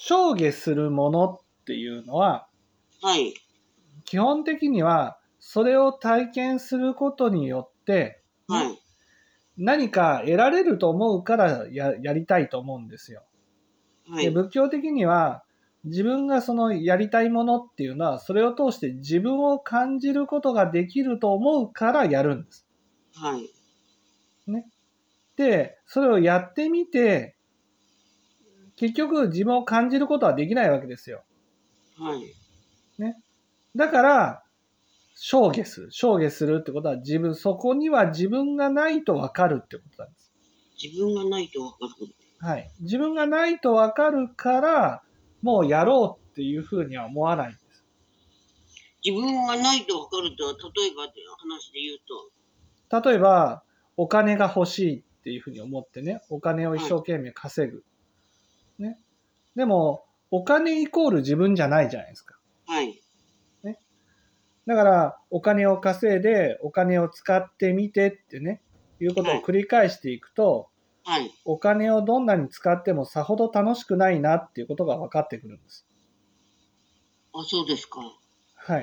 生涯するものっていうのは、 はい。 基本的にはそれを体験することによって、ね、 はい。 何か得られると思うからやりたいと思うんですよ。で、 はい。 仏教的には自分がそのやりたいものっていうのはそれを通して自分を感じることができると思うからやるんです。 はい。 ね。で、それをやってみて、結局自分を感じることはできないわけですよ。 はい。 ね。だから、生涯する。生涯するってことはそこには自分がないとわかるってことなんです。 自分がないとわかる。 はい。自分がないとわかるから、もうやろうっていうふうには思わないんです。 自分がないとわかるとは、例えばで話で言うと、 例えば、お金が欲しいっていうふうに思ってね、お金を一はい。 生懸命稼ぐ。ね。でも、お金イコール自分じゃないじゃないですか。 はい。 ね。だから、お金を稼いで、お金を使ってみてってね、いうことはい。 を繰り返していくと、 はい。 お金をどんなに使ってもさほど楽しくないなっていうことが分かってくるんです。 あ、そうですか。 はい。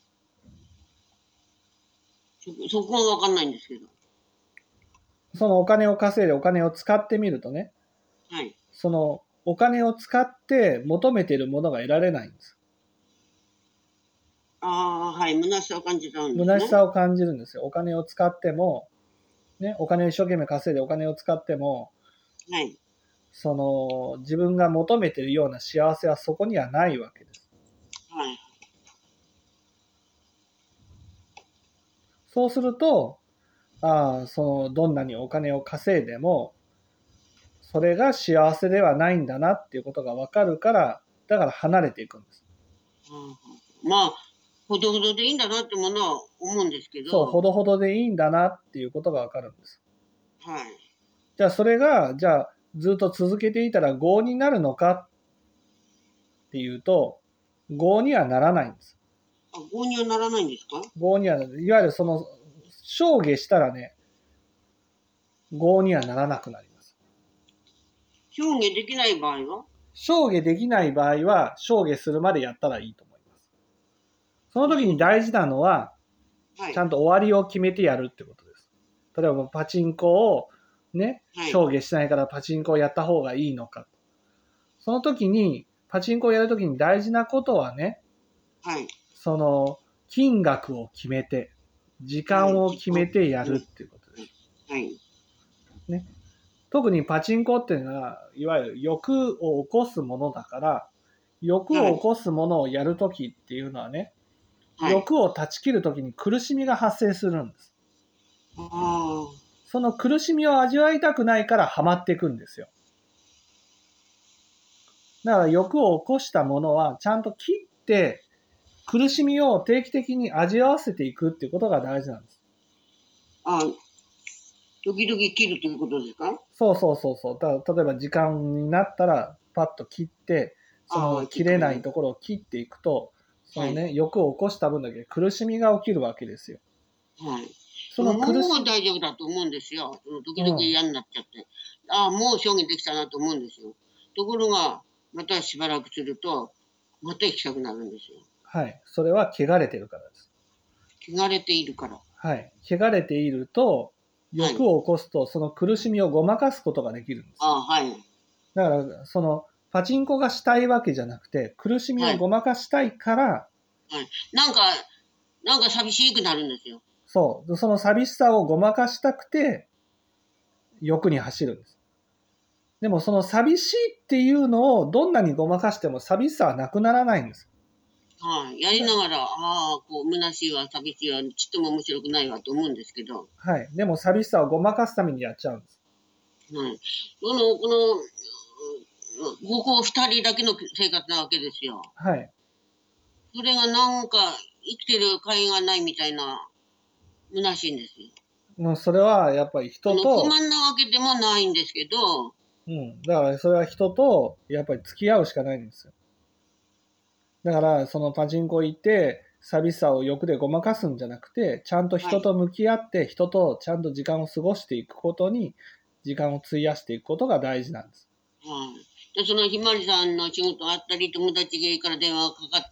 そこはわかんないんですけど。 そのお金を稼いでお金を使ってみるとね、 はい。 そのお金を使って求めているものが得られないんです。 ああ、はい。虚しさを感じたんです虚しね。 さを感じるんですよ。お金を使っても、ね、お金を一生懸命稼いでお金を使っても、 はい。 その自分が求めているような幸せはそこにはないわけです。 はい。 そうすると、どんなにお金を稼いでも、それが幸せではないんだなっていうことがわかるから、だから離れていくんです。 まあ、ほどほどでいいんだなってものは思うんですけそう、ほど、 どほどでいいんだなっていうことがわかるんです。 はい。 じゃあそれが、じゃあずっと続けていたら業になるのかっていうと、業にはならないんです。 あ、業にはならないんですか？ 業には、いわゆるその、生涯したらね、業にはならなくなります。 表現できない場合は？ 生涯できない場合は、生涯するまでやったらいいと思います。そのあ、 時にそうです。 大事なのは、 はい。 ちゃんと終わりを決めてやるってことです。例えばパチンコをね、 はい。 生涯しないからパチンコをやった方がいいのか。その時に、パチンコをやる時に大事なことはね、 はい。 その金額を決めて、時はい。 間を決めてやるっていうことです。 はい。 ね。特にパチンコっていうのは、いわゆる欲を起こすものだから、欲はい。 を起こすものをやるときっていうのはね、 はい。 欲を断ち切るときに苦しみが発生するんです。 ああ。 その苦しみを味わいたくないからハマっていくんですよ。だから欲を起こしたものはちゃんと切って苦しみを定期的に味わわせていくっていうことが大事なんです。 あ、時々切るということですか？ そうそうそうそう。例えば時間になったらパッと切って、そああ、 の切れないところを切っていくと、そはい。 のね、欲を起こした分だけ苦しみが起きるわけですよ。 はい。 そでもの苦し、 もう大丈夫だと思うんですよ。その時々 うん。 嫌になっちゃって。ああ、もう表現できたなと思うんですよ。ところが、またしばらくすると、また行きたくなるんですよ。 はい。それは汚れてるからです。 汚れているから。 はい。汚れていると、 はい。 欲を起こすと、その苦しみをごまかすことができるんです。 ああ、はい。 だから、その、パチンコがしたいわけじゃなくて、苦しみはい。 をごまかしたいから、 はい。なんか寂しくなるんですよ。 そう、その寂しさをごまかしたくて、欲に走るんです。でも、その寂しいっていうのをどんなにごまかしても寂しさはなくならないんです。 はい。やりながら、ああ、こう、虚しいわ、寂しいわ、ちっとも面白くないわと思うんですけど、 はい。でも、寂しさをごまかすためにやっちゃうんです。 はい。この、ここ二人だけの生活なわけですよ。 はい。 それがなんか、生きてる甲斐がないみたいな、虚しいんですよ。 もうそれはやっぱり人不と、 満なわけでもないんですけど、 うん。だからそれは人と、やっぱり付き合うしかないんですよ。だから、そのパチンコ行って、寂しさを欲でごまかすんじゃなくて、ちゃんとはい。 人と向き合って、人とちゃんと時間を過ごしていくことに、時間を費やしていくことが大事なんです。 はい。 で、そのひまわりさんの仕事あったり、友達から電話がかかっ